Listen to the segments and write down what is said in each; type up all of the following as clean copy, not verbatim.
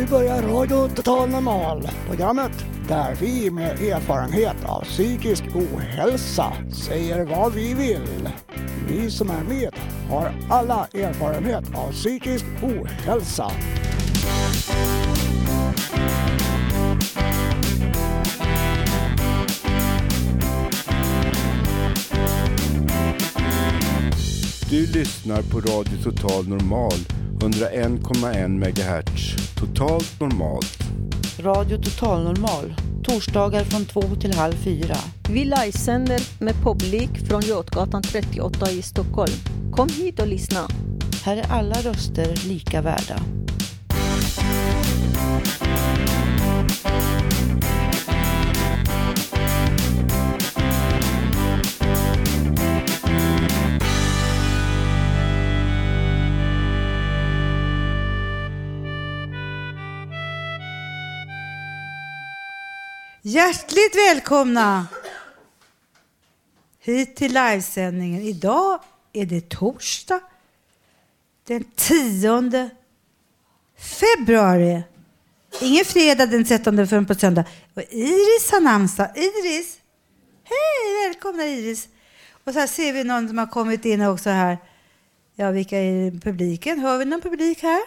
Nu börjar Radio Total Normal, programmet där vi med erfarenhet av psykisk ohälsa säger vad vi vill. Vi som är med har alla erfarenhet av psykisk ohälsa. Du lyssnar på Radio Total Normal, 101,1 MHz. Totalt normalt. Radio Total Normal, torsdagar från 2 till halv 4. Vi livesänder med publik från Götgatan 38 i Stockholm. Kom hit och lyssna. Här är alla röster lika värda. Hjärtligt välkomna hit till livesändningen. Idag är det torsdag den 10 februari. Ingen fredag den 13 förrän på söndag. Och Iris har namnsdag. Iris, hej, välkomna Iris. Och så här ser vi någon som har kommit in också här. Ja, vilka är i publiken? Hör vi någon publik här?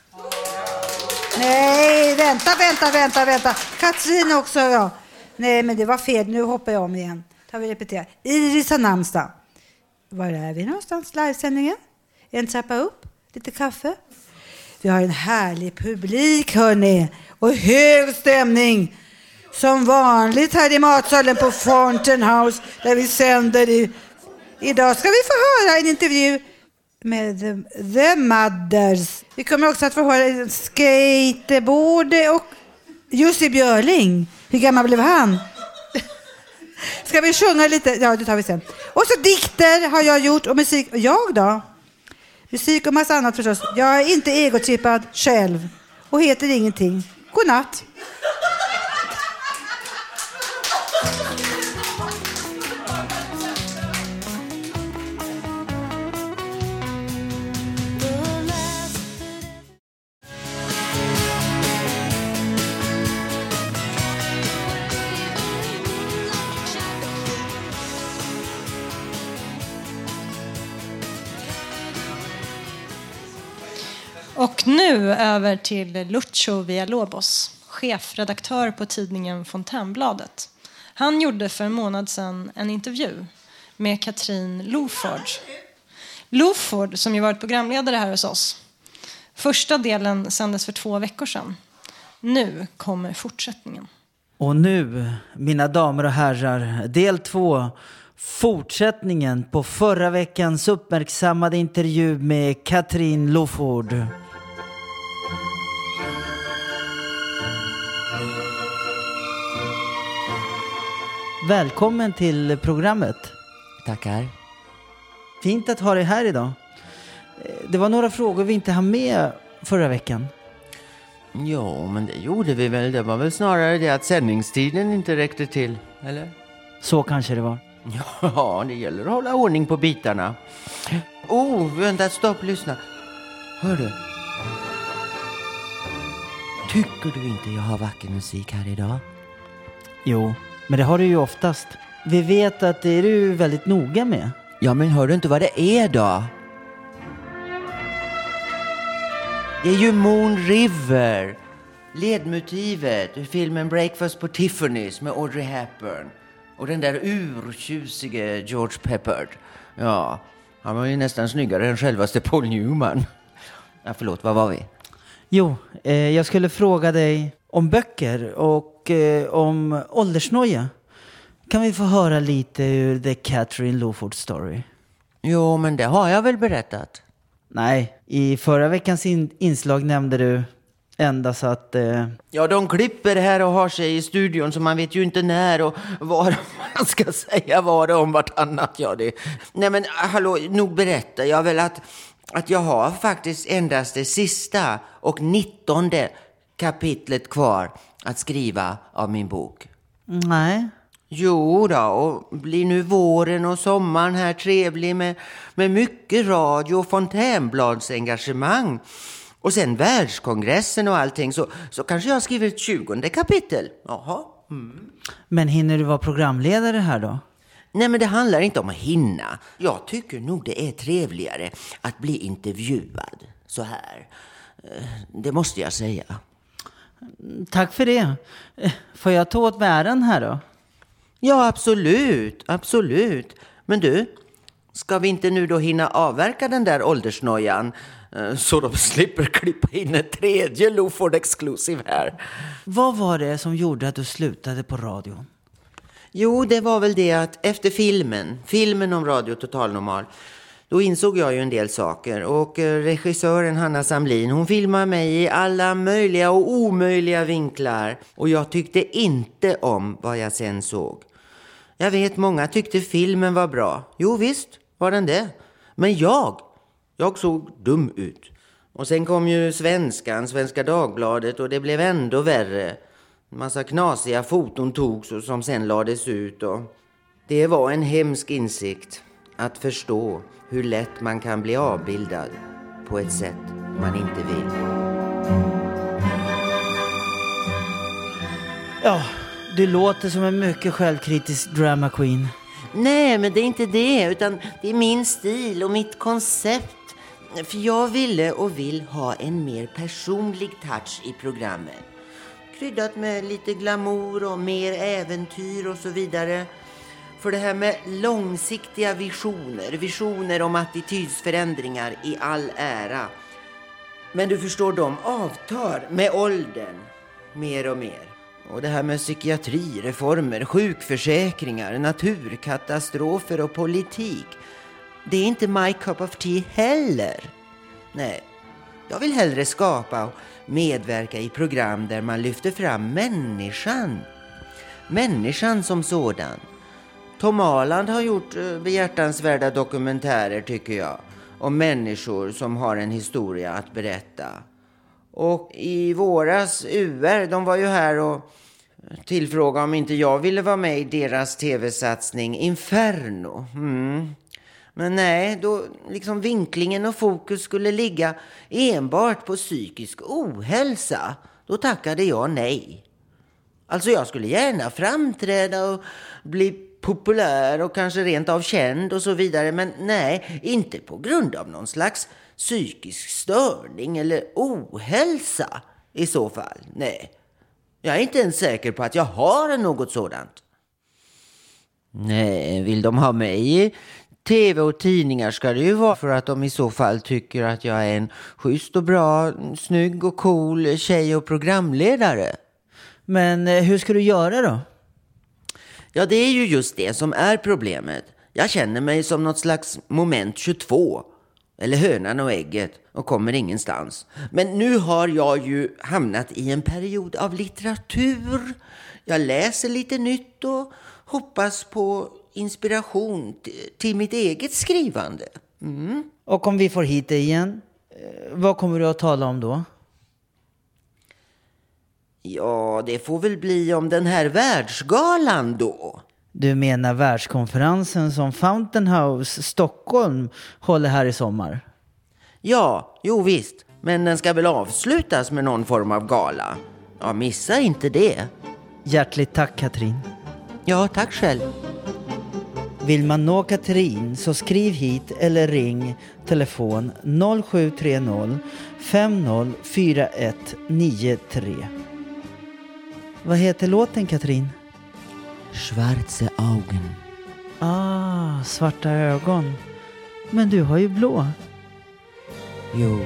Nej, vänta. Katrin också, ja. Nej, men det var fel. Nu hoppar jag om igen. Tar vi repetera. Iris har namnsdag. Var är vi någonstans? Livesändningen? En trappa upp? Lite kaffe? Vi har en härlig publik, hörni. Och hög stämning. Som vanligt här i matsalen på Fountain House. Där vi sänder i. Idag ska vi få höra en intervju med The Mothers. Vi kommer också att få höra skateboard och Jussi Björling. Hur gammal blev han? Ska vi sjunga lite? Ja, det tar vi sen. Och så dikter har jag gjort och musik. Jag då? Musik och massa annat förstås. Jag är inte egotrippad själv och heter ingenting. God natt. Och nu över till Lucio Villalobos, chefredaktör på tidningen Fontänbladet. Han gjorde för en månad sedan en intervju med Katrin Loford. Loford, som ju varit programledare här hos oss. Första delen sändes för 2 veckor sedan. Nu kommer fortsättningen. Och nu, mina damer och herrar, del 2. Fortsättningen på förra veckans uppmärksammade intervju med Katrin Loford. Välkommen till programmet. Tackar. Fint att ha dig här idag. Det var några frågor vi inte hann med förra veckan. Jo, men det gjorde vi väl. Det var väl snarare det att sändningstiden inte räckte till, eller? Så kanske det var. Ja, det gäller att hålla ordning på bitarna. Vänta, stopp, lyssna. Hör du? Tycker du inte jag har vacker musik här idag? Jo, men det har du ju oftast. Vi vet att det är du väldigt noga med. Ja, men hör du inte vad det är då? Det är ju Moon River. Ledmotivet ur filmen Breakfast på Tiffany's med Audrey Hepburn. Och den där urtjusige George Peppard. Ja, han var ju nästan snyggare än självaste Paul Newman. Ja, förlåt, vad var vi? Jo, jag skulle fråga dig om böcker och om åldersnoja. Kan vi få höra lite ur The Katrin Loford Story? Jo, men det har jag väl berättat. Nej, i förra veckans inslag nämnde du endast att... Ja, de klipper här och har sig i studion så man vet ju inte när och vad man ska säga vad om vartannat. Ja, det... Nej, men hallå, nog berättar jag väl att jag har faktiskt endast det sista och 19:e kapitlet kvar att skriva av min bok. Nej. Jo då, och blir nu våren och sommaren här trevlig med mycket radio och Fontänbladsengagemang. Och sen världskongressen och allting, så kanske jag skriver ett 20:e kapitel. Jaha. Men hinner du vara programledare här då? Nej, men det handlar inte om att hinna. Jag tycker nog det är trevligare att bli intervjuad så här. Det måste jag säga. Tack för det. Får jag ta åt mig äran här då? Ja, absolut. Men du, ska vi inte nu då hinna avverka den där åldersnojan så de slipper klippa in ett tredje Loford Exclusive här? Vad var det som gjorde att du slutade på radion? Jo, det var väl det att efter filmen om Radio Total Normal, då insåg jag ju en del saker. Och regissören Hanna Samlin, hon filmade mig i alla möjliga och omöjliga vinklar. Och jag tyckte inte om vad jag sen såg. Jag vet, många tyckte filmen var bra. Jo visst, var den det. Men jag såg dum ut. Och sen kom ju Svenska Dagbladet, och det blev ändå värre. En massa knasiga foton togs och som sen lades ut. Och det var en hemsk insikt att förstå hur lätt man kan bli avbildad på ett sätt man inte vill. Ja, du låter som en mycket självkritisk drama queen. Nej, men det är inte det, utan det är min stil och mitt koncept. För jag ville och vill ha en mer personlig touch i programmet. Kryddat med lite glamour och mer äventyr och så vidare. För det här med långsiktiga visioner om attitydsförändringar i all ära. Men du förstår, de avtar med åldern mer och mer. Och det här med psykiatrireformer, sjukförsäkringar, naturkatastrofer och politik, det är inte my cup of tea heller. Nej, jag vill hellre skapa och medverka i program där man lyfter fram människan. Människan som sådan. Tom Aland har gjort behjärtansvärda dokumentärer, tycker jag, om människor som har en historia att berätta. Och i våras, UR, de var ju här och tillfrågade om inte jag ville vara med i deras tv-satsning Inferno. Men nej, då liksom vinklingen och fokus skulle ligga enbart på psykisk ohälsa. Då tackade jag nej. Alltså jag skulle gärna framträda och bli populär och kanske rent av känd och så vidare. Men nej, inte på grund av någon slags psykisk störning eller ohälsa i så fall. Nej, jag är inte ens säker på att jag har något sådant. Nej, vill de ha mig i tv och tidningar ska det ju vara för att de i så fall tycker att jag är en schysst och bra, snygg och cool tjej och programledare. Men hur ska du göra då? Ja, det är ju just det som är problemet. Jag känner mig som något slags moment 22. Eller hönan och ägget och kommer ingenstans. Men nu har jag ju hamnat i en period av litteratur. Jag läser lite nytt och hoppas på inspiration till mitt eget skrivande. Och om vi får hit dig igen, vad kommer du att tala om då? Ja, det får väl bli om den här världsgalan då. Du menar världskonferensen som Fountain House Stockholm håller här i sommar? Ja, jo visst. Men den ska väl avslutas med någon form av gala. Ja, missa inte det. Hjärtligt tack, Katrin. Ja, tack själv. Vill man nå Katrin så skriv hit eller ring telefon 0730 504193. Vad heter låten, Katrin? Schwarze Augen. Svarta ögon. Men du har ju blå. Jo.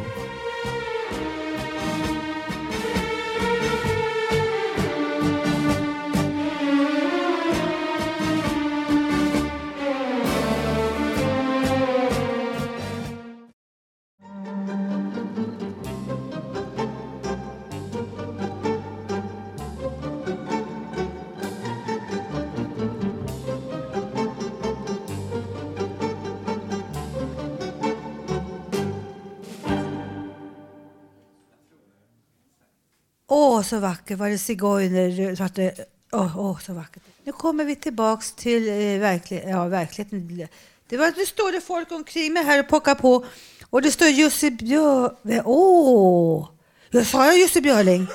Så vackert var det cigojner. Så vackert. Nu kommer vi tillbaks till verkligheten. Nu står det folk omkring mig här och pockar på. Och det står Jussi Björling. Jag sa Jussi Björling.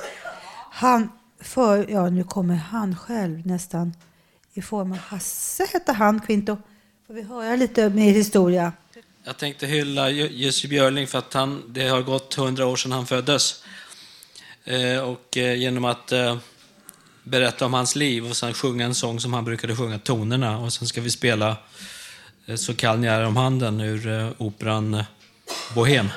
Nu kommer han själv nästan i form av Hasse heter han, Quinto. Får vi höra lite mer historia? Jag tänkte hylla Jussi Björling för att det har gått 100 år sedan han föddes. Och genom att berätta om hans liv och sen sjunga en sång som han brukade sjunga, Tonerna. Och sen ska vi spela Så kall ni är om handen ur operan Bohem.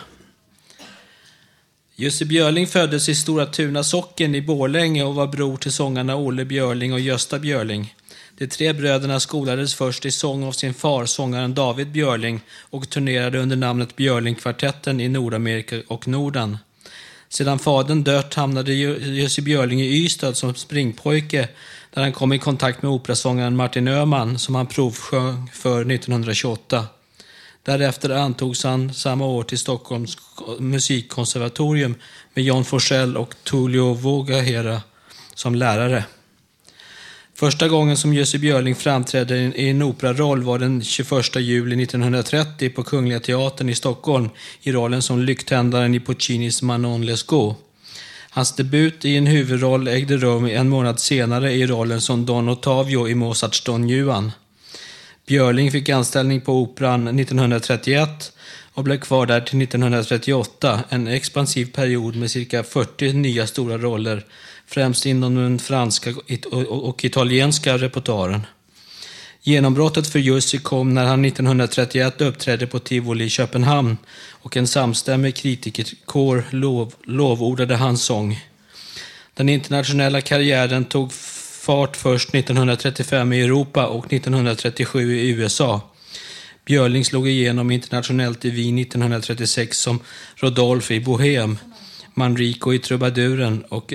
Jussi Björling föddes i Stora Tuna socken i Borlänge och var bror till sångarna Olle Björling och Gösta Björling. De 3 bröderna skolades först i sång av sin far, sångaren David Björling, och turnerade under namnet Björlingkvartetten i Nordamerika och Norden. Sedan fadern dött hamnade Jussi Björling i Ystad som springpojke, där han kom i kontakt med operasångaren Martin Öhman som han provsjöng för 1928. Därefter antogs han samma år till Stockholms musikkonservatorium med John Forsell och Tullio Vogahera som lärare. Första gången som Jussi Björling framträdde i en operaroll var den 21 juli 1930 på Kungliga Teatern i Stockholm i rollen som lyktändaren i Puccinis Manon Lescaut. Hans debut i en huvudroll ägde rum en månad senare i rollen som Don Ottavio i Mozarts Don Juan. Björling fick anställning på operan 1931 och blev kvar där till 1938, en expansiv period med cirka 40 nya stora roller, främst inom den franska och italienska repertoaren. Genombrottet för Jussi kom när han 1931 uppträdde på Tivoli i Köpenhamn och en samstämmig kritikerkår lovordade hans sång. Den internationella karriären tog fart först 1935 i Europa och 1937 i USA. Björling slog igenom internationellt i Wien 1936 som Rodolphe i Bohem, Manrico i Trubaduren och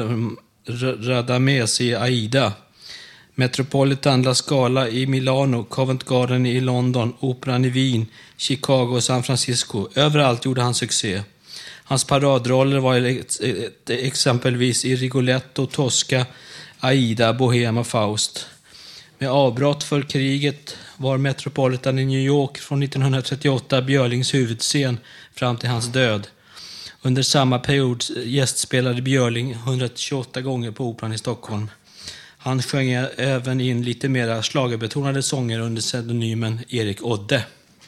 Radames i Aida. Metropolitan La Scala i Milano, Covent Garden i London, Operan i Wien, Chicago och San Francisco. Överallt gjorde han succé. Hans paradroller var exempelvis i Rigoletto, Tosca, Aida, Bohem och Faust. Med avbrott för kriget var Metropolitan i New York från 1938 Björlings huvudscen fram till hans död. Under samma period gästspelade Björling 128 gånger på operan i Stockholm. Han sjöng även in lite mera schlagerbetonade sånger under pseudonymen Erik Odde.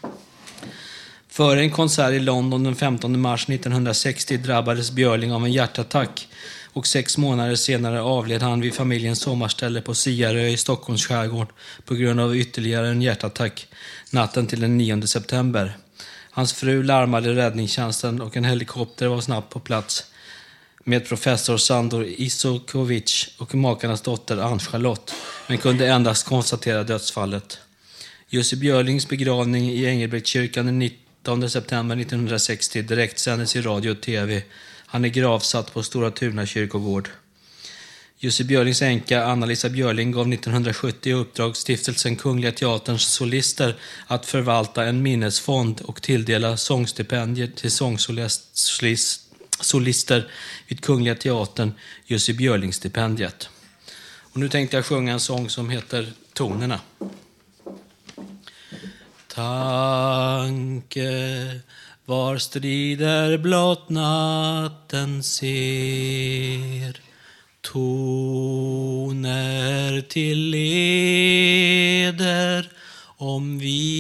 Före en konsert i London den 15 mars 1960 drabbades Björling av en hjärtattack och 6 månader senare avled han vid familjens sommarställe på Siarö i Stockholms skärgård på grund av ytterligare en hjärtattack natten till den 9 september. Hans fru larmade räddningstjänsten och en helikopter var snabbt på plats med professor Sandor Isokovic och makarnas dotter Ann-Charlotte, men kunde endast konstatera dödsfallet. Jussi Björlings begravning i Engelbrektskyrkan den 19 september 1960 direkt sändes i radio och tv. Han är gravsatt på Stora Tuna kyrkogård. Jussi Björlings änka Anna-Lisa Björling gav 1970 uppdrag stiftelsen Kungliga Teaterns solister att förvalta en minnesfond och tilldela sångstipendier till sångsolister vid Kungliga Teatern, Jussi Björling-stipendiet. Och nu tänkte jag sjunga en sång som heter Tonerna. Tanke var strider blott natten ser, toner till leder om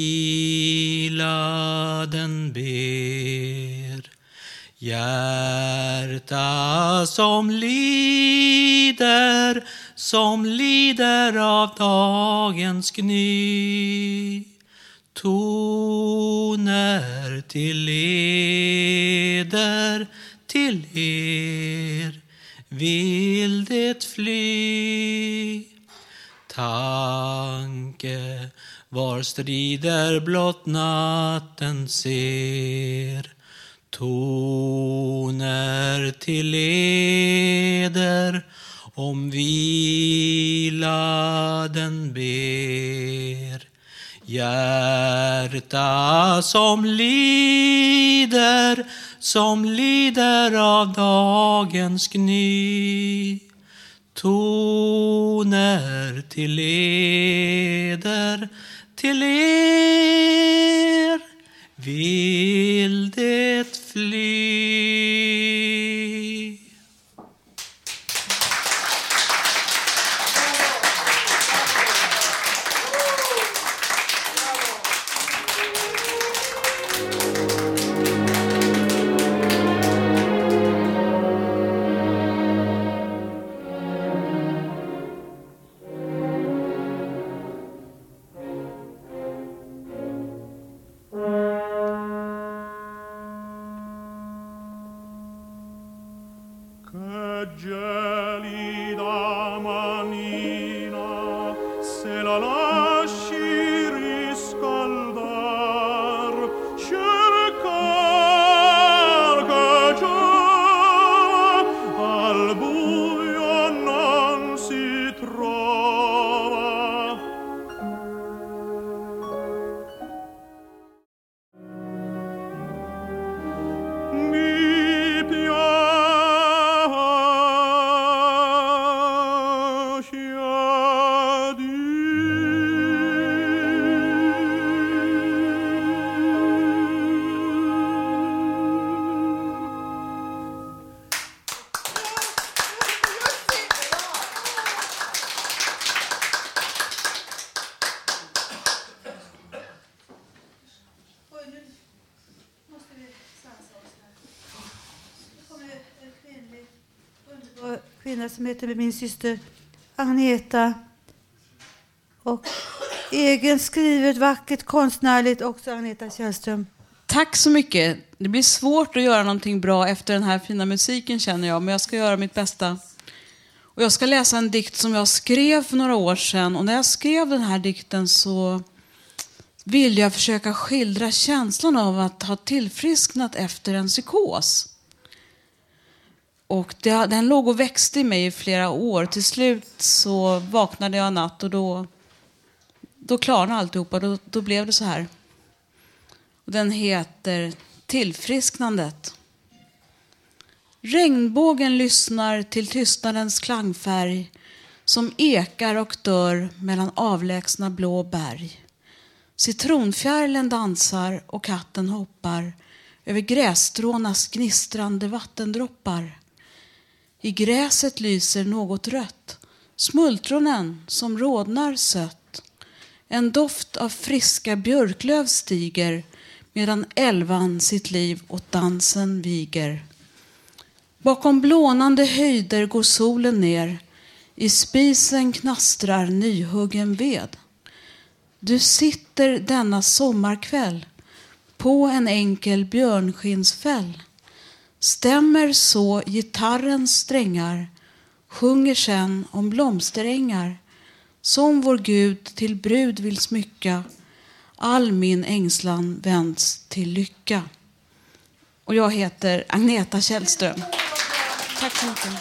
vila den ber. Hjärta som lider av dagens gny, toner till er vill det fly. Tanke var strider blott natten ser, toner till eder om vila den ber. Hjärta som lider av dagens gny, toner till er vill det fly. Kvinna som heter min syster Agneta och egen skrivet vackert konstnärligt också Agneta Källström. Tack så mycket. Det blir svårt att göra någonting bra efter den här fina musiken känner jag, men jag ska göra mitt bästa. Och jag ska läsa en dikt som jag skrev för några år sedan, och när jag skrev den här dikten så ville jag försöka skildra känslan av att ha tillfrisknat efter en psykos. Och den låg och växte i mig i flera år. Till slut så vaknade jag en natt och då klarnade alltihopa. Då blev det så här. Och den heter Tillfrisknandet. Regnbågen lyssnar till tystnadens klangfärg som ekar och dör mellan avlägsna blå berg. Citronfjärilen dansar och katten hoppar över grässtrånas gnistrande vattendroppar. I gräset lyser något rött, smultronen som rodnar sött. En doft av friska björklöv stiger medan älvan sitt liv åt dansen viger. Bakom blånande höjder går solen ner, i spisen knastrar nyhuggen ved. Du sitter denna sommarkväll på en enkel björnskinnsfäll. Stämmer så gitarrens strängar, sjunger sen om blomsterängar, som vår Gud till brud vill smycka, all min ängslan vänds till lycka. Och jag heter Agneta Källström. Tack så mycket.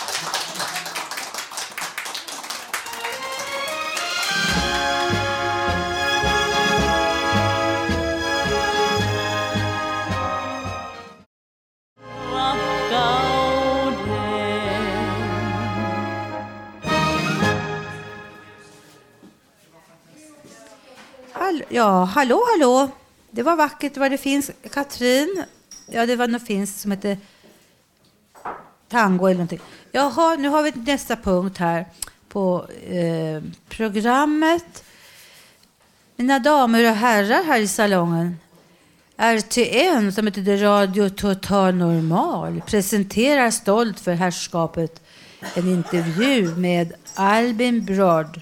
Ja, hallå. Det var vackert vad det finns. Katrin, ja det var något finns som heter tango eller någonting. Jaha, nu har vi nästa punkt här på programmet. Mina damer och herrar här i salongen. RTN som heter Radio Total Normal presenterar stolt för herrskapet en intervju med Albin Broad.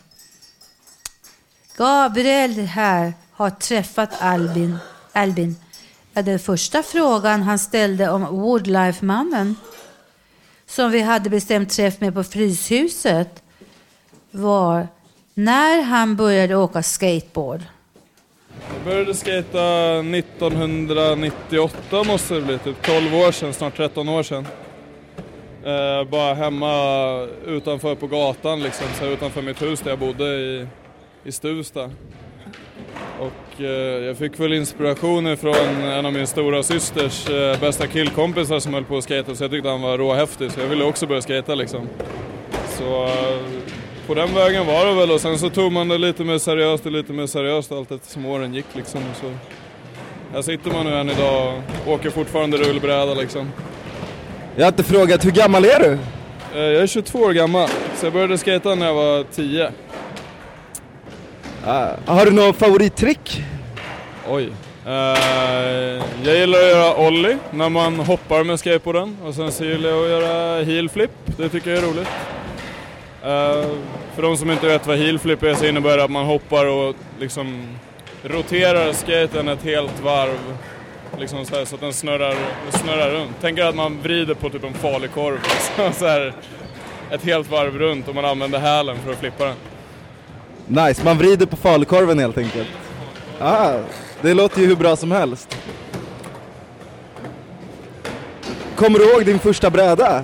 Gabriel här har träffat Albin. Ja, den första frågan han ställde om Woodlife-mannen som vi hade bestämt träff med på Fryshuset var när han började åka skateboard. Jag började skata 1998 måste det bli, typ 12 år sedan, snart 13 år sedan. Bara hemma utanför på gatan liksom, så utanför mitt hus där jag bodde i Stuvsta. Och jag fick väl inspiration från en av min stora systers bästa killkompisar som höll på att skata, så jag tyckte han var råhäftig, så jag ville också börja skata liksom. Så på den vägen var det väl, och sen så tog man det lite mer seriöst allt eftersom åren gick liksom. Och så Här sitter man nu än idag och åker fortfarande rullbräda liksom. Jag har inte frågat, hur gammal är du? Jag är 22 år gammal, så jag började skata när jag var 10. Har du någon favorittrick? Oj. Jag gillar att göra ollie när man hoppar med skateboarden. Och sen så gillar jag att göra heel flip. Det tycker jag är roligt. För de som inte vet vad heel flip är så innebär det att man hoppar och liksom roterar skaten ett helt varv. Liksom så att den snurrar runt. Tänk att man vrider på typ en falukorv. Så här, ett helt varv runt och man använder hälen för att flippa den. Nice, man vrider på falukorven helt enkelt. Det låter ju hur bra som helst. Kommer du ihåg din första bräda?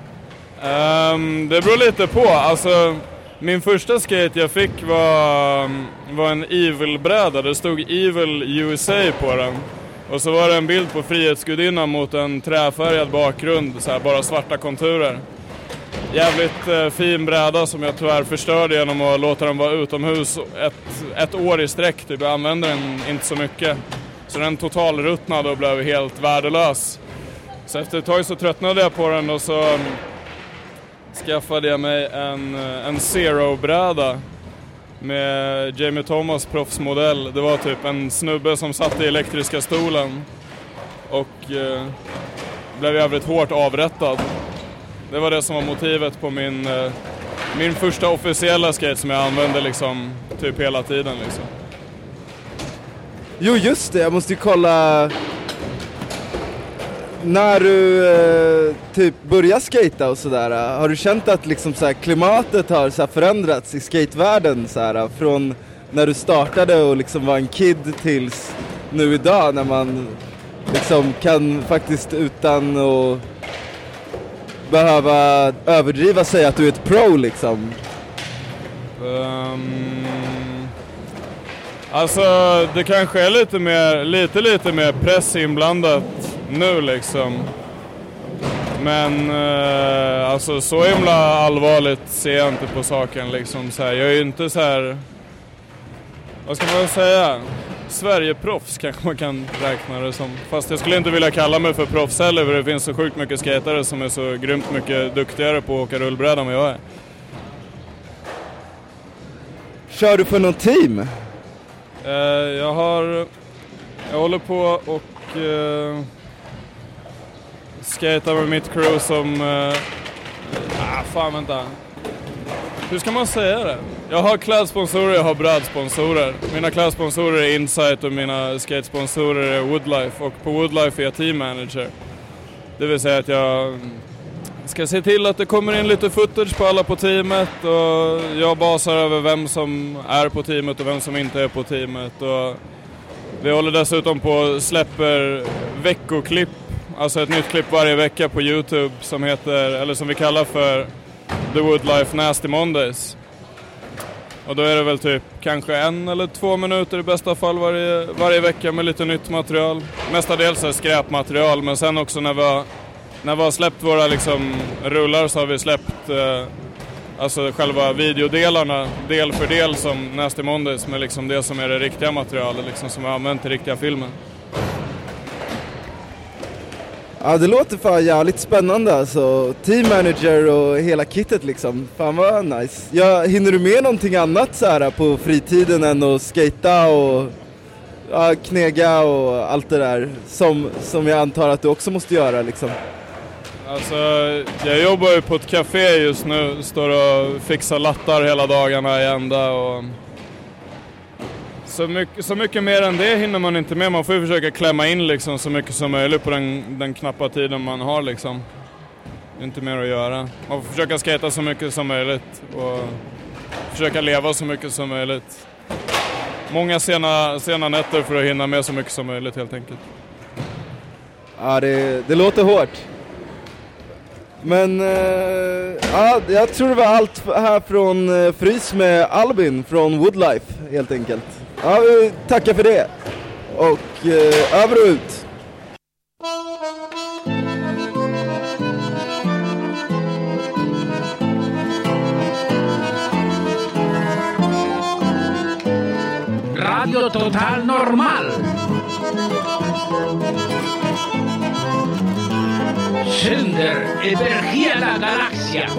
Det beror lite på. Alltså, min första skate jag fick var en Evil-bräda. Det stod Evil USA på den. Och så var det en bild på Frihetsgudinnan mot en träfärgad bakgrund. Så här, bara svarta konturer. Jävligt fin bräda som jag tyvärr förstörde genom att låta den vara utomhus ett år i sträck. Typ. Jag använde den inte så mycket. Så den totalruttnade och blev helt värdelös. Så efter ett tag så tröttnade jag på den och så skaffade jag mig en Zero-bräda med Jamie Thomas proffsmodell. Det var typ en snubbe som satt i elektriska stolen och blev jävligt hårt avrättad. Det var det som var motivet på min första officiella skate som jag använde liksom typ hela tiden liksom. Jo just det, jag måste ju kolla när du typ börjar skata och sådär. Har du känt att liksom så här, klimatet har så här, förändrats i skatevärlden så här, från när du startade och liksom var en kid tills nu idag när man liksom kan faktiskt utan att behöva överdriva sig att du är ett pro liksom? Alltså det kanske är lite mer press inblandat nu liksom. Men alltså så himla allvarligt ser jag inte på saken liksom så här. Jag är ju inte så här, vad ska man säga, Sverigeproffs kanske man kan räkna det som. Fast jag skulle inte vilja kalla mig för proffs heller, för det finns så sjukt mycket skatare som är så grymt mycket duktigare på att åka rullbräda än vad jag är. Kör du för någon team? Jag håller på och skater med mitt crew som vänta. Hur ska man säga det? Jag har klädsponsorer, jag har brädsponsorer. Mina klädsponsorer är Insight och mina skatesponsorer är Woodlife. Och på Woodlife är jag team manager. Det vill säga att jag ska se till att det kommer in lite footage på alla på teamet. Och jag basar över vem som är på teamet och vem som inte är på teamet. Och vi håller dessutom på och släpper veckoklipp. Alltså ett nytt klipp varje vecka på YouTube som heter, eller som vi kallar för The Woodlife Nasty Mondays. Och då är det väl typ kanske 1 eller 2 minuter i bästa fall varje vecka med lite nytt material. Mestadels är skräpmaterial, men sen också när vi har släppt våra liksom rullar så har vi släppt alltså själva videodelarna del för del som Nasty Mondays med liksom det som är det riktiga materialet liksom, som är använt i riktiga filmen. Ja, det låter fan jävligt spännande alltså. Team manager och hela kittet liksom. Fan vad nice. Hinner du med någonting annat så här på fritiden än att skata och knega och allt det där som jag antar att du också måste göra liksom? Alltså, jag jobbar ju på ett café just nu. Står och fixar lattar hela dagarna i ända och så mycket mer än det hinner man inte med. Man får ju försöka klämma in liksom så mycket som möjligt på den knappa tiden man har liksom. Inte mer att göra. Man får försöka skata så mycket som möjligt och försöka leva så mycket som möjligt. Många sena nätter för att hinna med så mycket som möjligt helt enkelt. Ja, det låter hårt. Men jag tror det var allt här från Frys med Albin från Woodlife helt enkelt. Ja, vi tackar för det. Och över och ut. Radio Total Normal. Sänder över hela galaxen.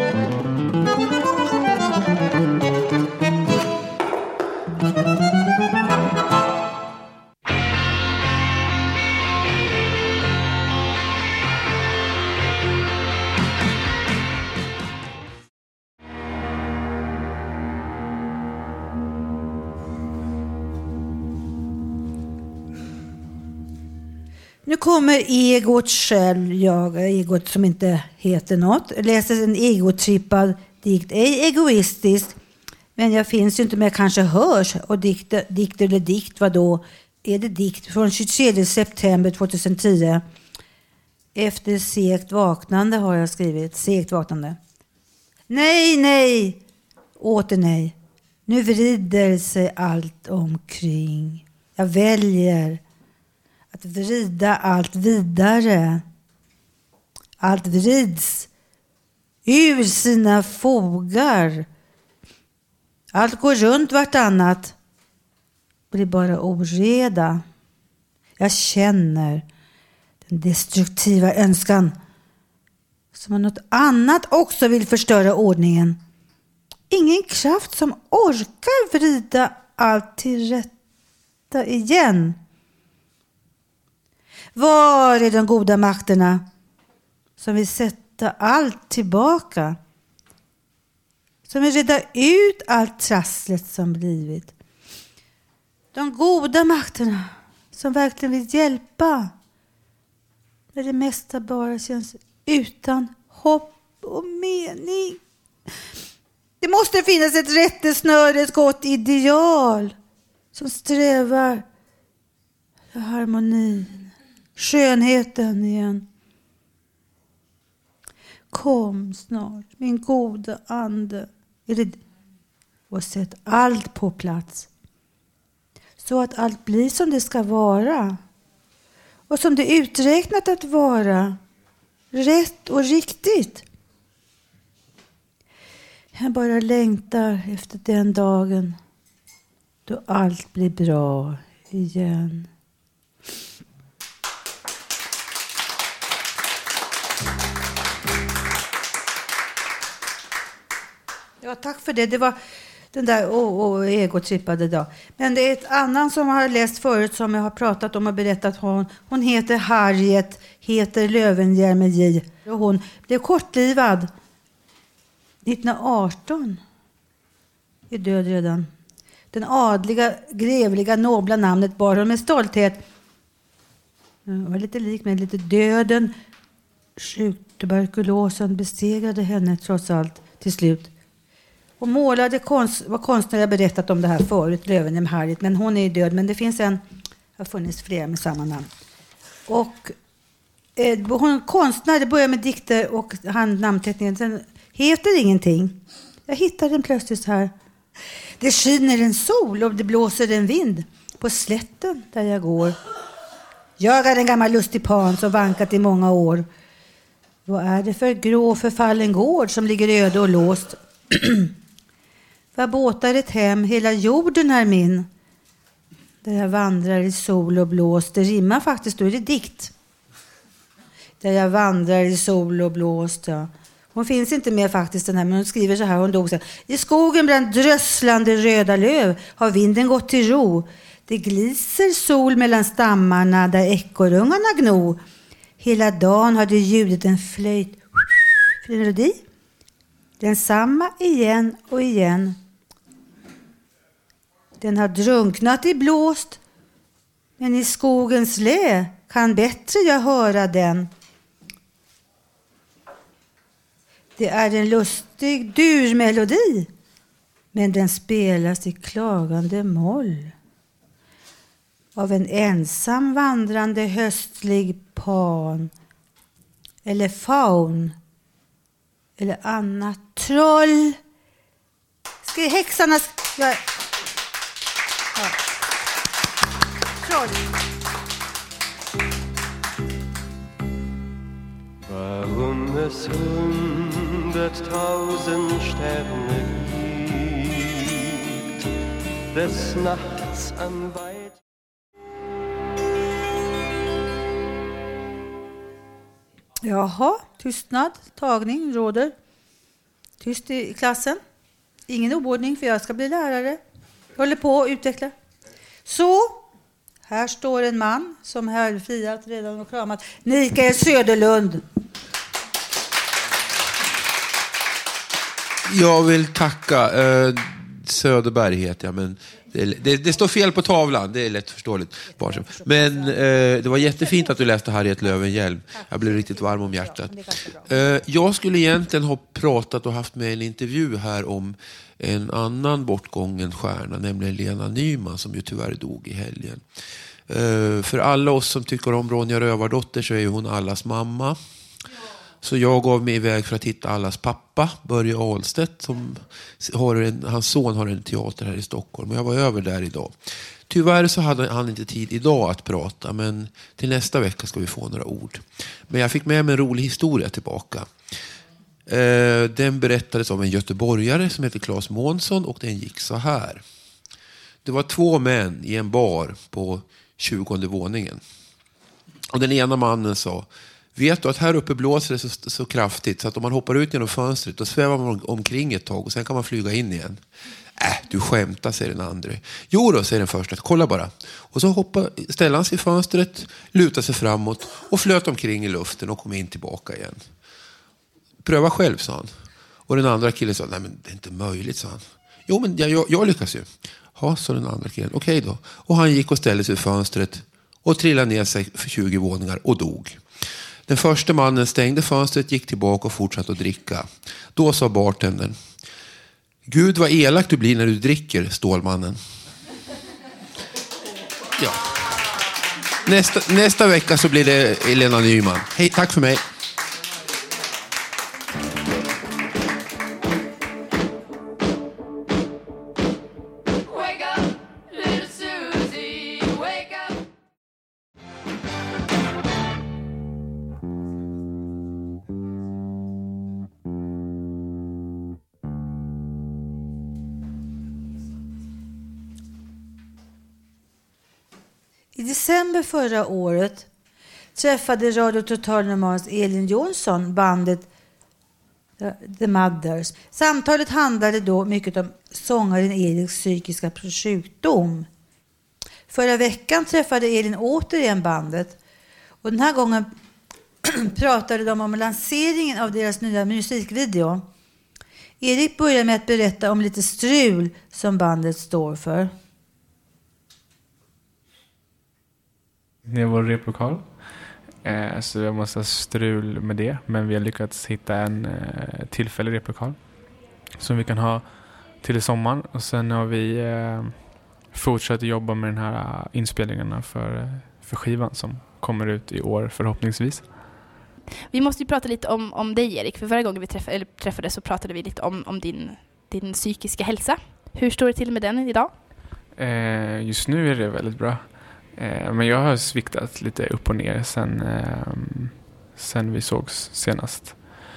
Nu kommer egot själv, egot som inte heter något. Jag läser en egotrippad dikt, ej egoistiskt, men jag finns ju inte med, kanske hörs. Och dikt eller dikt, vadå? Är det dikt från 23 september 2010. Efter segt vaknande har jag skrivit, segt vaknande. Nej, nej, åter nej. Nu vrider sig allt omkring. Jag väljer att vrida allt vidare. Allt vrids ur sina fogar. Allt går runt vartannat. Blir bara oreda. Jag känner den destruktiva önskan som att något annat också vill förstöra ordningen. Ingen kraft som orkar vrida allt till rätta igen. Var är de goda makterna som vill sätta allt tillbaka? Som vill reda ut allt trasslet som blivit. De goda makterna som verkligen vill hjälpa. När det mesta bara känns utan hopp och mening. Det måste finnas ett rättesnöre, ett gott ideal som strävar för harmonin, skönheten igen. Kom snart, min goda ande, och sätt allt på plats. Så att allt blir som det ska vara. Och som det är uträknat att vara. Rätt och riktigt. Jag bara längtar efter den dagen då allt blir bra igen. Ja, tack för det. Det var den där egotrippade då. Men det är ett annan som jag har läst förut som jag har pratat om och berättat. Hon heter Harriet, heter Löwenhjelm med J. Och hon blev kortlivad 1918. Är död redan. Den adliga, grevliga, nobla namnet bar hon med stolthet. Det var lite lik med lite döden. Tuberkulosen besegrade henne trots allt till slut. Och målade var konstnär, jag berättat om det här förut, Löwenhjelm Harriet, men hon är död, men det finns har funnits flera med samma namn. Och hon konstnär, det börjar med dikter och namnteckningen, sen heter ingenting. Jag hittade den plötsligt här. Det skiner en sol och det blåser en vind på slätten där jag går. Jag är en gammal lustig pan som vankat i många år. Vad är det för grå förfallen gård som ligger öde och låst? Vad båtar ett hem, hela jorden är min. Där jag vandrar i sol och blåst. Det rimmar faktiskt, då är det dikt. Där jag vandrar i sol och blåst, ja. Hon finns inte med faktiskt den här, men hon skriver så här, hon dog så här. I skogen bland drösslande röda löv har vinden gått till ro. Det gliser sol mellan stammarna där ekorrungarna gno. Hela dagen har det ljudit en flöjt. Melodi. Den samma igen och igen. Den har drunknat i blåst. Men i skogens lä kan bättre jag höra den. Det är en lustig durmelodi. Men den spelas i klagande moll. Av en ensam vandrande höstlig pan. Eller faun. Eller annat troll. Ska häxarna... Ja. Troll. Warum es 100.000 Sterne gibt, des Nachts am Weit. Jaha, tystnad, tagning råder. Tyst i klassen. Ingen oordning för jag ska bli lärare. Jag håller på att utveckla. Så, här står en man som har firat redan och kramat. Mikael Söderlund. Jag vill tacka. Söderberg heter jag, men det står fel på tavlan. Det är lätt förståeligt. Men det var jättefint att du läste Harriet Löwenhjelm. Jag blev riktigt varm om hjärtat. Jag skulle egentligen ha pratat och haft med en intervju här om en annan bortgången stjärna, nämligen Lena Nyman, som ju tyvärr dog i helgen. För alla oss som tycker om Ronja Rövardotter så är ju hon allas mamma. Så jag gav mig iväg för att hitta allas pappa, Börje Ahlstedt, som hans son har en teater här i Stockholm. Och jag var över där idag. Tyvärr så hade han inte tid idag att prata, men till nästa vecka ska vi få några ord. Men jag fick med mig en rolig historia tillbaka. Den berättades av en göteborgare som heter Claes Månsson och den gick så här. Det var 2 män i en bar på 20:e våningen. Och den ena mannen sa: vet du att här uppe blåser det så kraftigt så att om man hoppar ut genom fönstret då svävar man omkring ett tag och sen kan man flyga in igen. Du skämtar, säger den andra. Jo då, säger den första, kolla bara. Och så ställde han sig i fönstret, lutade sig framåt och flöt omkring i luften och kom in tillbaka igen. Pröva själv, sa han. Och den andra killen sa, nej men det är inte möjligt, sa han. Jo men jag lyckas ju. Ja, sa den andra killen, okej då. Och han gick och ställde sig i fönstret och trillade ner sig för 20 våningar och dog. Den första mannen stängde fönstret, gick tillbaka och fortsatte att dricka. Då sa bartendern: Gud vad elak du blir när du dricker, Stålmannen. Ja. Nästa vecka så blir det Lena Nyman. Hej, tack för mig. I december förra året träffade Radio Total Normals Elin Jonsson bandet The Mothers. Samtalet handlade då mycket om sångaren Eriks psykiska sjukdom. Förra veckan träffade Elin återigen bandet och den här gången pratade de om lanseringen av deras nya musikvideo. Erik börjar med att berätta om lite strul som bandet står för. Det är vår replokal. Så jag måste ha strul med det. Men vi har lyckats hitta en tillfällig replokal som vi kan ha till sommaren. Och sen har vi fortsatt jobba med den här inspelningarna för skivan som kommer ut i år förhoppningsvis. Vi måste ju prata lite om dig, Erik. För förra gången vi träffades så pratade vi lite om din psykiska hälsa. Hur står det till med den idag? Just nu är det väldigt bra. Men jag har sviktat lite upp och ner sen vi sågs senast.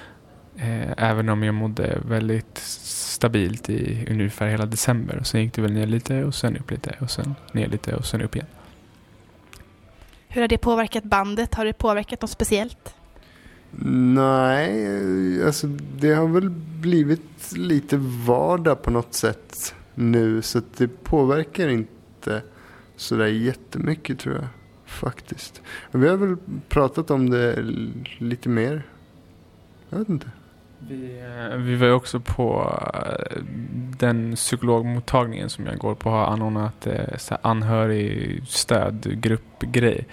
Även om jag mådde väldigt stabilt i ungefär hela december. Och sen gick det väl ner lite och sen upp lite och sen ner lite och sen upp igen. Hur har det påverkat bandet? Har det påverkat något speciellt? Nej, alltså det har väl blivit lite vardag på något sätt nu. Så att det påverkar inte så där jättemycket, tror jag faktiskt. Vi har väl pratat om det lite mer. Jag vet inte. Vi var ju också på den psykologmottagningen som jag går på, har anordnat så anhörig stödgruppgrej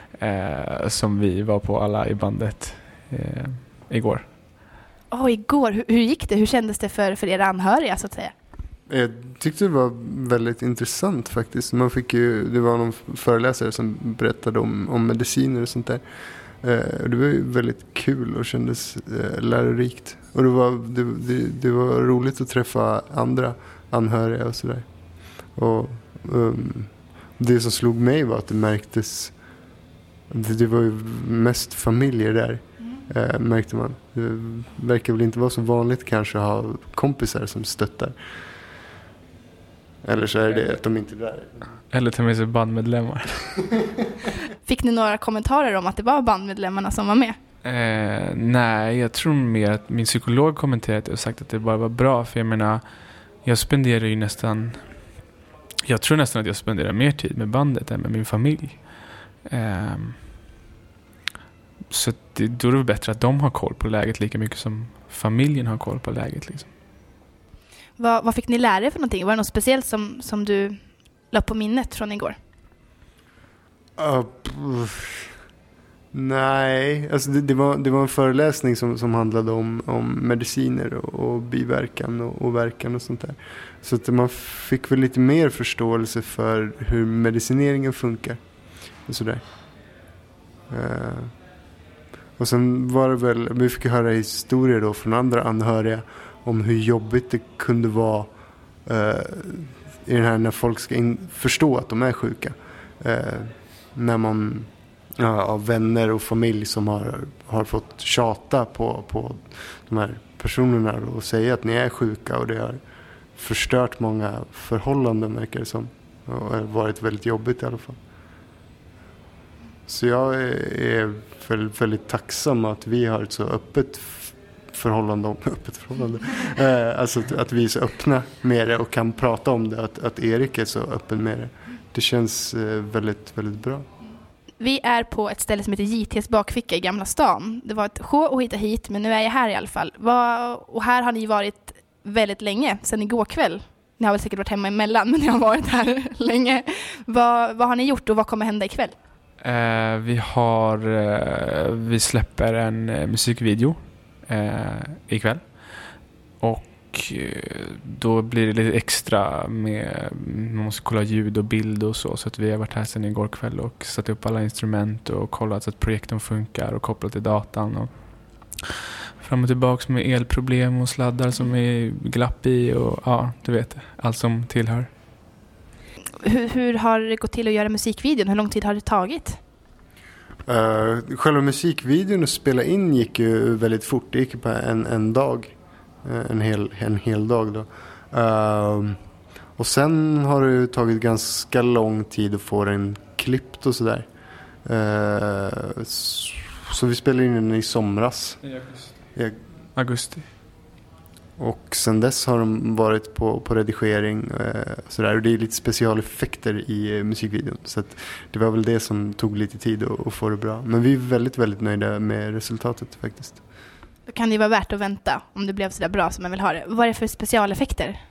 som vi var på alla i bandet igår. Igår. Hur gick det? Hur kändes det för era anhöriga, så att säga? Jag tyckte det var väldigt intressant faktiskt. Det var någon föreläsare som berättade om mediciner och sånt där. Det var ju väldigt kul och kändes lärorikt. Och det var roligt att träffa andra anhöriga och sådär. Och det som slog mig var att det märktes. Det var ju mest familjer där. Märkte man. Det verkar väl inte vara så vanligt kanske att ha kompisar som stöttar. Eller så är det att de inte är där. Eller till och med så bandmedlemmar. Fick ni några kommentarer om att det var bandmedlemmarna som var med? Nej, jag tror mer att min psykolog kommenterat och sagt att det bara var bra. För jag menar, jag spenderar ju nästan... Jag tror nästan att jag spenderar mer tid med bandet än med min familj. Så då är det bättre att de har koll på läget lika mycket som familjen har koll på läget. Liksom. Vad fick ni lära er för någonting? Var det något speciellt som du la på minnet från igår? Nej, alltså det var en föreläsning som handlade om mediciner och biverkan och verkan och sånt där. Så att man fick väl lite mer förståelse för hur medicineringen funkar. Och sådär. Och sen var det väl, vi fick höra historier då från andra anhöriga om hur jobbigt det kunde vara i den här när folk ska förstå att de är sjuka. När man av vänner och familj som har fått tjata på de här personerna och säga att ni är sjuka, och det har förstört många förhållanden, verkar det som. Och har varit väldigt jobbigt i alla fall. Så jag är väldigt, väldigt tacksam att vi har ett så öppet förhållande. Alltså att vi är så öppna med det och kan prata om det. Att Erik är så öppen med det. Det känns väldigt, väldigt bra. Vi är på ett ställe som heter JT:s bakficka i Gamla stan. Det var ett sjå att hitta hit, men nu är jag här i alla fall. Och här har ni varit väldigt länge, sedan igår kväll. Ni har väl säkert varit hemma emellan, men ni har varit här länge. Vad har ni gjort och vad kommer hända ikväll? Vi släpper en musikvideo ikväll. Och då blir det lite extra man måste kolla ljud och bild och så att vi har varit här sedan igår kväll och satt upp alla instrument och kollat så att projekten funkar och kopplat till datan och fram och tillbaka med elproblem och sladdar som är glapp i och ja, du vet, allt som tillhör. Hur har det gått till att göra musikvideon? Hur lång tid har det tagit? Själva musikvideon och spela in gick ju väldigt fort. Det gick på en dag. En hel dag då. Och sen har det tagit ganska lång tid att få den klippt och sådär. Så vi spelade in den i somras. I augusti. Och sen dess har de varit på redigering sådär. Och det är lite specialeffekter i musikvideon. Så att det var väl det som tog lite tid att få det bra. Men vi är väldigt, väldigt nöjda med resultatet faktiskt. Då kan det vara värt att vänta om det blev så där bra som man vill ha det. Vad är det för specialeffekter?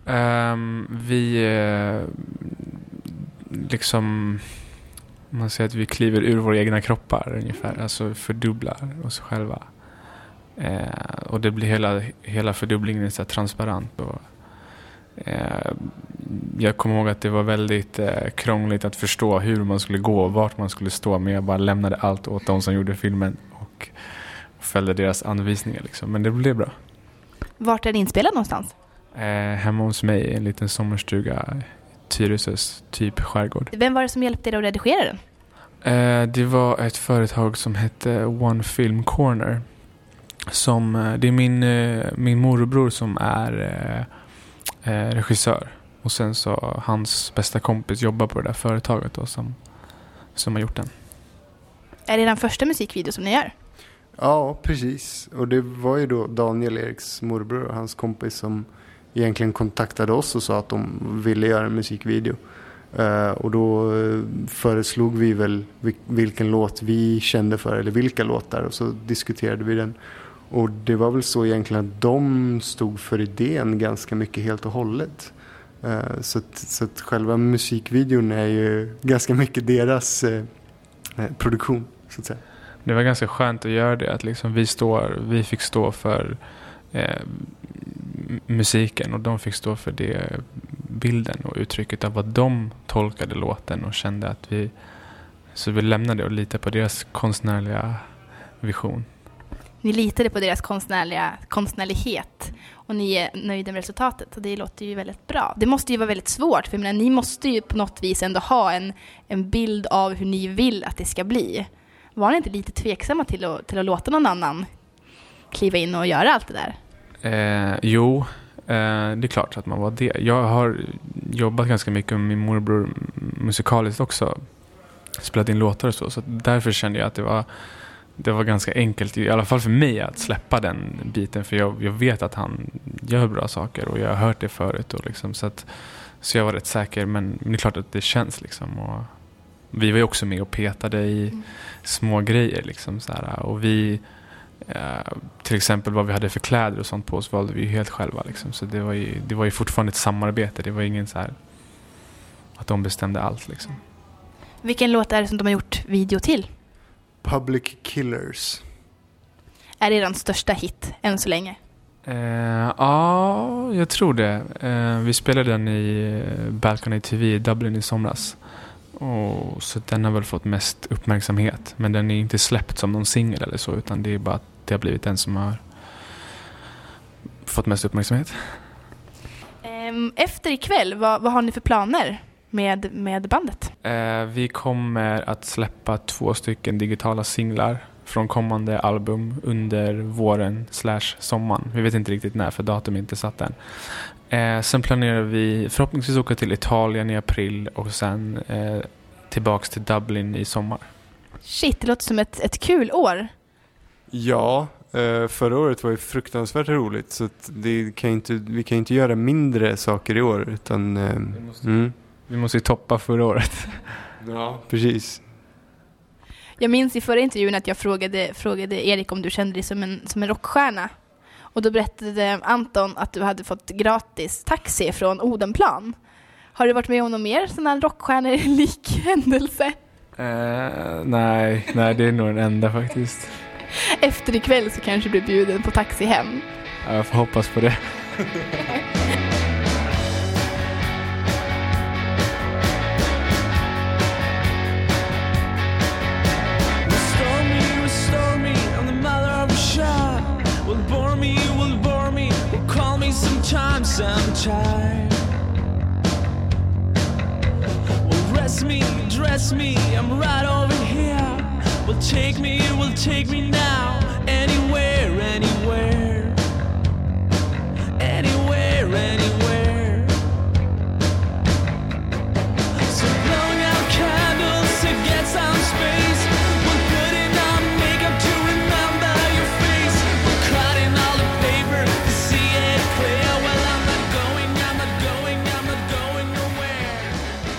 Man säger att vi kliver ur våra egna kroppar ungefär. Alltså fördubblar oss själva. Och det blir hela fördubblingen så här transparent. Och, jag kommer ihåg att det var väldigt krångligt att förstå hur man skulle gå och vart man skulle stå. Men jag bara lämnade allt åt de som gjorde filmen och följde deras anvisningar liksom. Men det blev bra. Vart är det inspelad någonstans? Hemma hos mig i en liten sommarstuga i Tyresös typ skärgård. Vem var det som hjälpte dig att redigera den? Det var ett företag som hette One Film Corner. Det är min morbror som är regissör. Och sen så hans bästa kompis jobbar på det där företaget då, som har gjort den. Är det den första musikvideo som ni gör? Ja, precis. Och det var ju då Daniel, Eriks morbror och hans kompis som egentligen kontaktade oss och sa att de ville göra en musikvideo. Och då föreslog vi väl vilken låt vi kände för, eller vilka låtar, och så diskuterade vi den. Och det var väl så egentligen att de stod för idén ganska mycket helt och hållet. Så att själva musikvideon är ju ganska mycket deras produktion, så att säga. Det var ganska skönt att göra det, att liksom vi fick stå för musiken och de fick stå för det, bilden och uttrycket av vad de tolkade låten och kände att vi lämnade och litade på deras konstnärliga vision. Ni litade på deras konstnärlighet och ni är nöjda med resultatet, och det låter ju väldigt bra. Det måste ju vara väldigt svårt, för ni måste ju på något vis ändå ha en bild av hur ni vill att det ska bli. Var ni inte lite tveksamma till att låta någon annan kliva in och göra allt det där? Jo, det är klart att man var det. Jag har jobbat ganska mycket med min morbror musikaliskt också. Spelat in låtar och så därför kände jag att det var ganska enkelt, i alla fall för mig, att släppa den biten. För jag vet att han gör bra saker och jag har hört det förut. Och liksom, så jag var rätt säker, men det är klart att det känns. Liksom, och vi var ju också med och petade i små grejer. Liksom, så här, och vi, till exempel vad vi hade för kläder och sånt på oss valde vi ju helt själva. Liksom, så det var ju fortfarande ett samarbete. Det var ingen så här att de bestämde allt. Liksom. Vilken låt är det som de har gjort video till? Public Killers. Är det er största hit än så länge? Ja, jag tror det. Vi spelade den i Balcony TV i Dublin i somras. Och så den har väl fått mest uppmärksamhet. Men den är inte släppt som någon singel eller så, utan det är bara att det har blivit den som har fått mest uppmärksamhet. Efter ikväll, vad har ni för planer med bandet? Vi kommer att släppa 2 stycken digitala singlar från kommande album under våren / sommaren. Vi vet inte riktigt när, för datum är inte satt än. Sen planerar vi förhoppningsvis åka till Italien i april och sen tillbaks till Dublin i sommar. Shit, det låter som ett kul år. Ja, förra året var ju fruktansvärt roligt, så att vi kan inte göra mindre saker i år, utan vi måste ju toppa förra året. Ja, precis. Jag minns i förra intervjun att jag frågade Erik om du kände dig som en rockstjärna. Och då berättade Anton att du hade fått gratis taxi från Odenplan. Har du varit med om någon mer sån här rockstjärnor-lik händelse? Nej, det är nog den enda faktiskt. Efter ikväll så kanske du blir bjuden på taxi hem. Ja, jag får hoppas på det. Sometimes I'm tired. Well, rest me, dress me, I'm right over here. Well, take me now. Anywhere, anywhere. Anywhere, anywhere. So blowing out candles to get some space. We're putting on makeup to remember your face. We're cutting all the paper to see it clear. Well, I'm not going nowhere.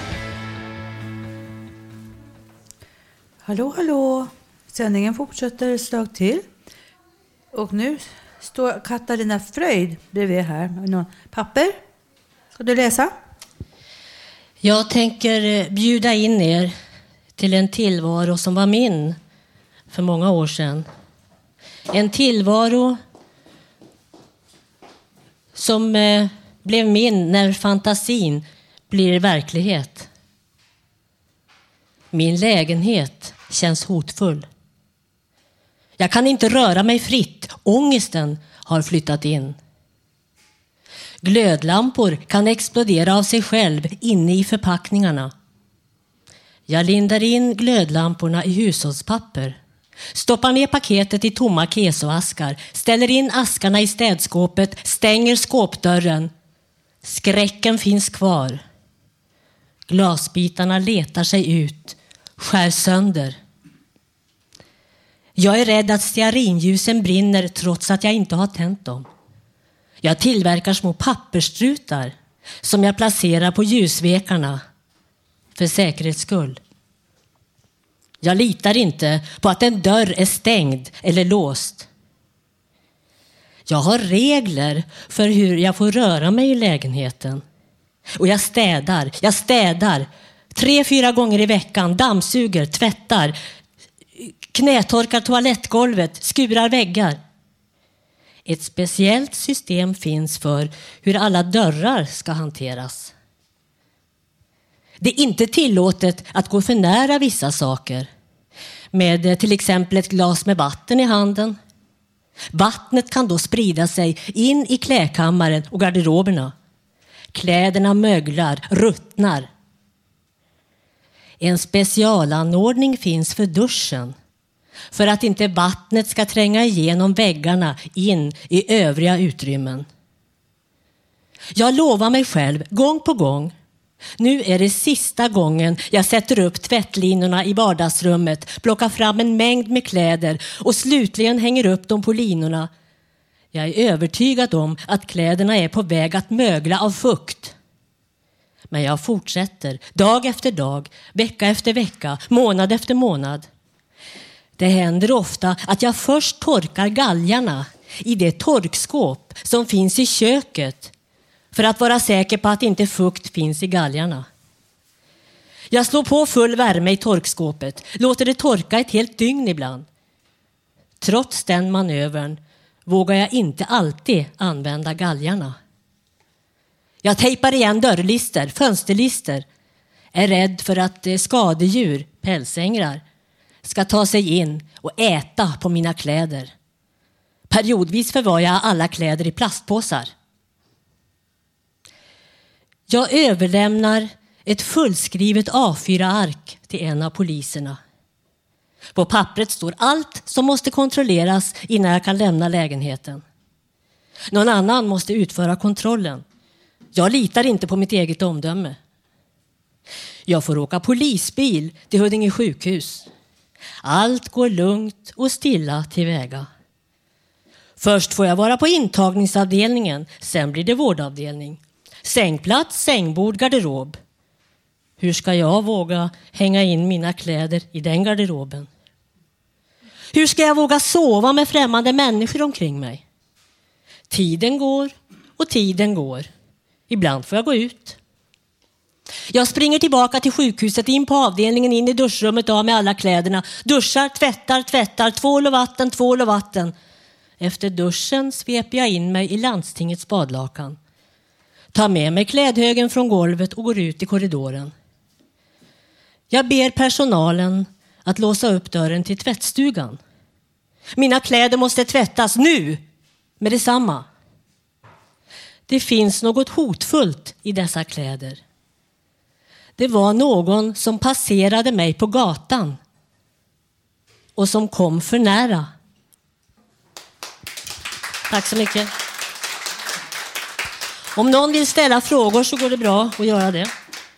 Hallå, hallå. Sändningen fortsätter ett slag till. Och nu står Katarina Fröjd bredvid här med någon papper. Ska du läsa? Jag tänker bjuda in er till en tillvaro som var min för många år sedan. En tillvaro som blev min när fantasin blir verklighet. Min lägenhet känns hotfull. Jag kan inte röra mig fritt. Ångesten har flyttat in. Glödlampor kan explodera av sig själv inne i förpackningarna. Jag lindar in glödlamporna i hushållspapper. Stoppar ner paketet i tomma kesoaskar. Ställer in askarna i städskåpet. Stänger skåpdörren. Skräcken finns kvar. Glasbitarna letar sig ut. Skär sönder. Jag är rädd att stearinljusen brinner trots att jag inte har tänt dem. Jag tillverkar små papperstrutar som jag placerar på ljusvekarna för säkerhets skull. Jag litar inte på att en dörr är stängd eller låst. Jag har regler för hur jag får röra mig i lägenheten. Och jag städar 3-4 gånger i veckan, dammsuger, tvättar, knätorkar toalettgolvet, skurar väggar. Ett speciellt system finns för hur alla dörrar ska hanteras. Det är inte tillåtet att gå för nära vissa saker. Med till exempel ett glas med vatten i handen. Vattnet kan då sprida sig in i klädkammaren och garderoberna. Kläderna möglar, ruttnar. En specialanordning finns för duschen. För att inte vattnet ska tränga igenom väggarna in i övriga utrymmen. Jag lovar mig själv gång på gång Nu är det sista gången jag sätter upp tvättlinorna i vardagsrummet, plockar fram en mängd med kläder och slutligen hänger upp dem på linorna. Jag är övertygad om att kläderna är på väg att mögla av fukt. Men jag fortsätter, dag efter dag, vecka efter vecka, månad efter månad. Det händer ofta att jag först torkar galgarna i det torkskåp som finns i köket för att vara säker på att inte fukt finns i galgarna. Jag slår på full värme i torkskåpet, låter det torka ett helt dygn ibland. Trots den manövern vågar jag inte alltid använda galgarna. Jag tejpar igen dörrlister, fönsterlister. Är rädd för att skadedjur, pälsängrar, ska ta sig in och äta på mina kläder. Periodvis förvar jag alla kläder i plastpåsar. Jag överlämnar ett fullskrivet A4-ark till en av poliserna. På pappret står allt som måste kontrolleras innan jag kan lämna lägenheten. Någon annan måste utföra kontrollen. Jag litar inte på mitt eget omdöme. Jag får åka polisbil till Huddinge sjukhus. Allt går lugnt och stilla tillväga. Först får jag vara på intagningsavdelningen, sen blir det vårdavdelning. Sängplats, sängbord, garderob. Hur ska jag våga hänga in mina kläder i den garderoben? Hur ska jag våga sova med främmande människor omkring mig? Tiden går och tiden går. Ibland får jag gå ut. Jag springer tillbaka till sjukhuset, in på avdelningen, in i duschrummet, av med alla kläderna. Duschar, tvättar, tvål och vatten. Efter duschen sveper jag in mig i landstingets badlakan. Tar med mig klädhögen från golvet och går ut i korridoren. Jag ber personalen att låsa upp dörren till tvättstugan. Mina kläder måste tvättas nu, med detsamma. Det finns något hotfullt i dessa kläder. Det var någon som passerade mig på gatan och som kom för nära. Tack så mycket. Om någon vill ställa frågor så går det bra att göra det.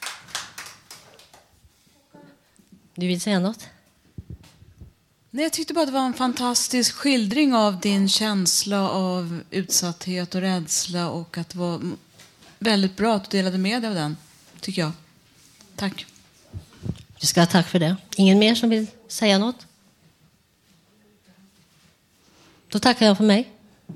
Du vill säga något? Nej, jag tyckte bara att det var en fantastisk skildring av din känsla av utsatthet och rädsla, och att det var väldigt bra att du delade med dig av den, tycker jag. Tack. Du ska ha tack för det. Ingen mer som vill säga något? Då tackar jag för mig.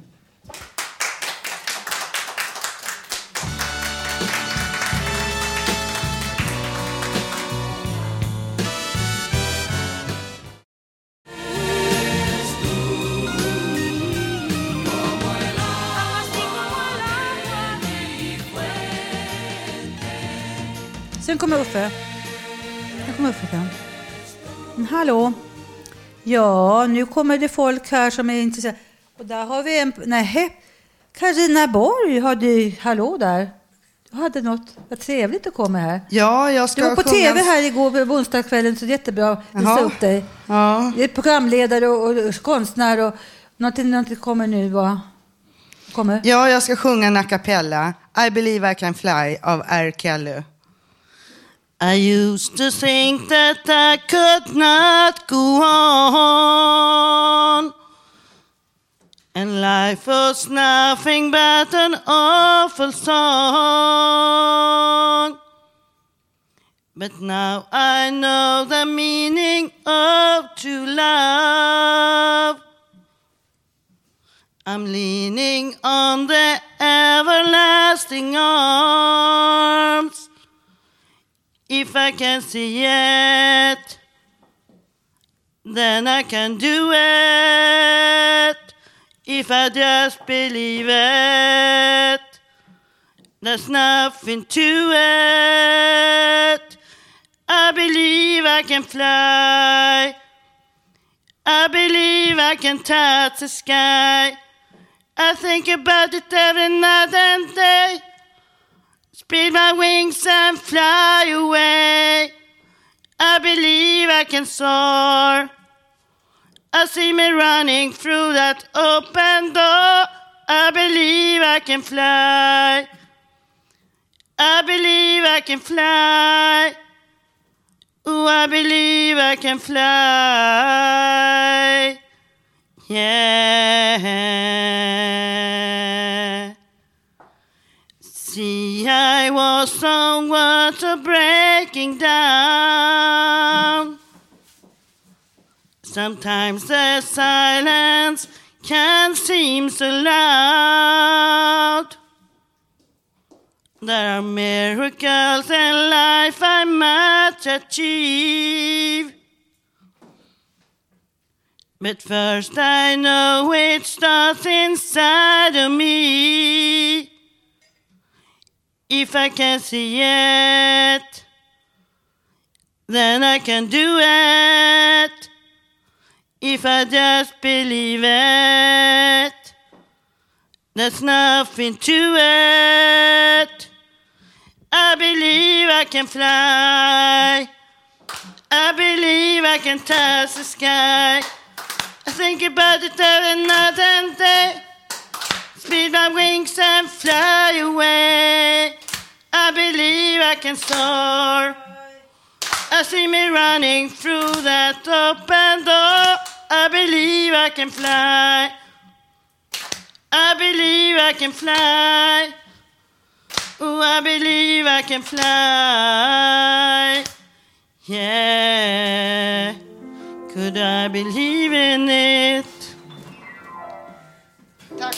Sen kommer Uffe. Hallå. Ja, nu kommer det folk här som är intresserade. Och där har vi en... Nej, Carina Borg, hallå där. Du hade något. Vad trevligt att komma här. Ja, jag ska du var på tv här igår på onsdagskvällen, så jättebra att visa upp dig. Ja. Du är programledare och konstnär och någonting kommer nu, va? Kommer? Ja, jag ska sjunga en a cappella. I Believe I Can Fly av R. Kelly. I used to think that I could not go on, and life was nothing but an awful song. But now I know the meaning of true love. I'm leaning on the everlasting arms. If I can see it, then I can do it. If I just believe it, there's nothing to it. I believe I can fly. I believe I can touch the sky. I think about it every night and day. Spread my wings and fly away. I believe I can soar. I see me running through that open door. I believe I can fly. I believe I can fly. Oh, I believe I can fly. Yeah. See, I was on water breaking down. Sometimes the silence can seem so loud. There are miracles in life I must achieve. But first I know it starts inside of me. If I can see it, then I can do it. If I just believe it, there's nothing to it. I believe I can fly. I believe I can touch the sky. I think about it every night and day. Speed my wings and fly away. I believe I can soar. I see me running through that open door. I believe I can fly. I believe I can fly. Oh, I believe I can fly. Yeah. Could I believe in it? Tack.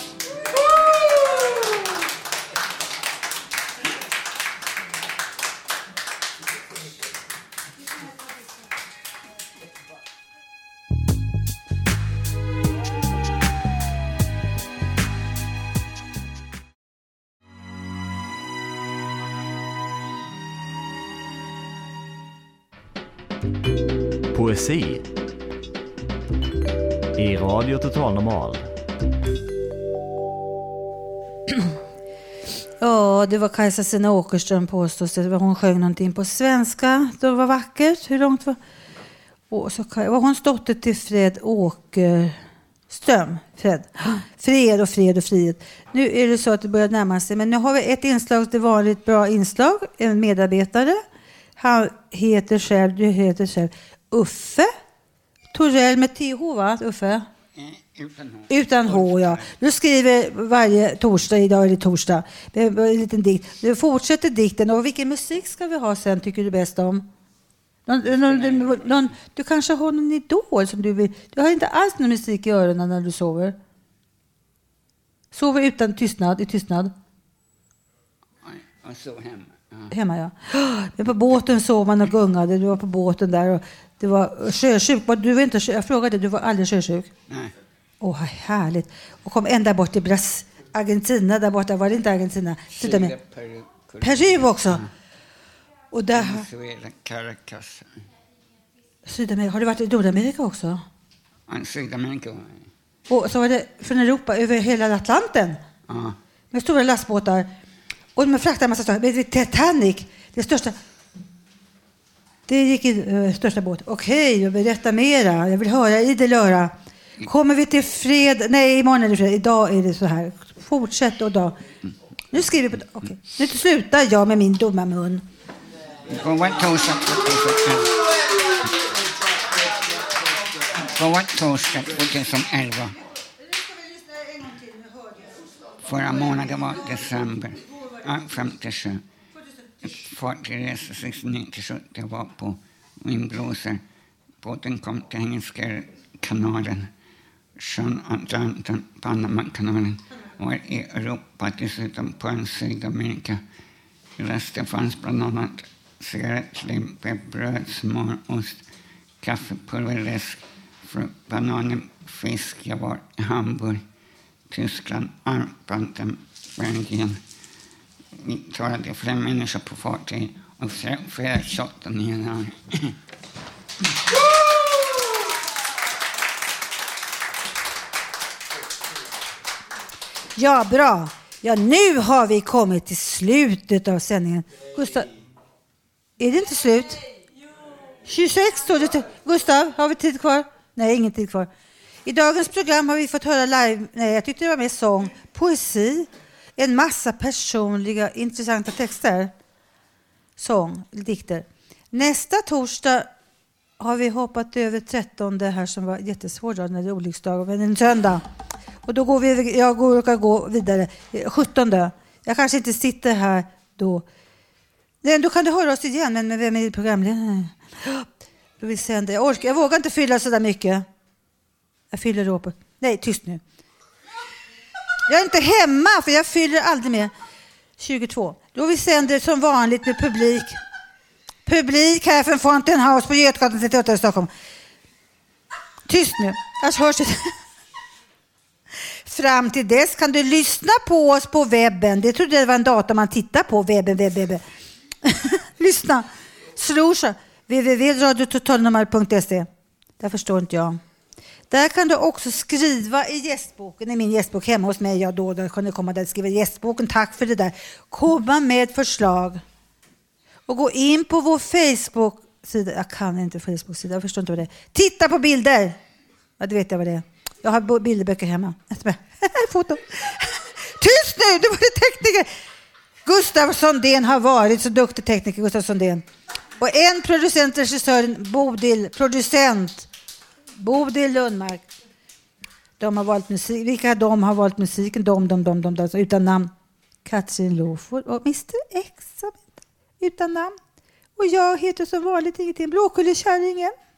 Poesi i Radio Total Normal. Ja, det var Kajsa Stina Åkerström påstås det. Hon sjöng någonting på svenska. Det var vackert. Hur långt var... Och så var hon dotter till Fred Åkerström. Fred och frihet. Nu är det så att det börjar närma sig. Men nu har vi ett inslag, det var ett bra inslag. En medarbetare. Han heter själv, du heter själv Uffe Torell med TH, va? Uffe? Utan H, ja. Du skriver varje torsdag, idag är det torsdag. Det är en liten dikt. Du fortsätter dikten. Och vilken musik ska vi ha sen, tycker du bäst om? Du kanske har någon idol som du vill. Du har inte alls någon musik i öronen när du sover. Sover utan tystnad, i tystnad. Jag sov hemma. Hemma, ja. Men på båten sov man och gungade. Du var på båten där och det var sjösjuk. Du var inte, jag frågade, du var aldrig sjösjuk? Nej. Åh, härligt. Och kom ända bort till Argentina där borta. Var det inte Argentina? Chile, Peru också. Ja. Och där... Venezuela, Caracas. Sydamerika. Har du varit i Nordamerika också? Ja, Sydamerika. Och så var det från Europa över hela Atlanten. Ja. Med stora lastbåtar. Och de fraktar en massa saker. Titanic, det största. Det gick i största båt. Okej, berätta mera. Jag vill höra idel öra. Kommer vi till fred? Nej, imorgon är det fred. Idag är det så här. Fortsätt och dag. Nu skriver vi på... Okej. Nu slutar jag med min dumma mun. På vad torsdag 2011. Förra månaden var december. 57. Ett fartyg reste 69-70. Jag var på min brorsa. Båten kom till Engelska kanalen. Sjön Atlanten, Panamakanalen. Var i Europa, dessutom på en Sydamerika. I resten fanns bland annat cigarettlimper, bröd, smör, ost, kaffepulver, läsk, frukt, bananer, fisk. Jag var i Hamburg, Tyskland, Arpanten, Belgien. Vi talade 5 människor på fartyg och flera 28 nya. Ja, bra. Ja, nu har vi kommit till slutet av sändningen. Gustav, är det inte slut? 26 står det. Gustav, har vi tid kvar? Nej, ingen tid kvar. I dagens program har vi fått höra live, nej, jag tyckte det var mer sång, poesi, en massa personliga, intressanta texter. Sång, dikter. Nästa torsdag har vi hoppat över 13 här som var jättesvårt när det är olycksdag, men en söndag. Och då går jag går vidare. 17. Jag kanske inte sitter här då. Nej, då kan du höra oss igen, men vem är programledaren? Då vill sända. Jag vågar inte fylla så där mycket. Jag fyller då på. Nej, tyst nu. Jag är inte hemma, för jag fyller aldrig med. 22. Då vi sänder som vanligt med publik. Publik här från Fountain House på Götgatan 38 i Stockholm. Tyst nu. Annars hörs det. Fram till dess kan du lyssna på oss på webben. Det trodde jag var en dator man tittar på. Webben. Lyssna. Slå www.radiototalnormal.se. Där förstår inte jag. Där kan du också skriva i gästboken. I min gästbok hemma hos mig. Jag då kunde komma där och skriva i gästboken. Tack för det där. Komma med förslag. Och gå in på vår Facebook-sida. Jag kan inte Facebook-sida. Jag förstår inte vad det är. Titta på bilder. Ja, det vet jag vad det är. Jag har bilderböcker hemma. Foto. Tyst nu, det var det tekniker. Gustav Sondén har varit så duktig tekniker, Gustav Sondén. Och en producent, regissören Bodil Lundmark. De har valt musik. Vilka de har valt musiken? De alltså, utan namn. Katrin Loford och Mr. X utan namn. Och jag heter som vanligt ingenting. Blåkullekärringen.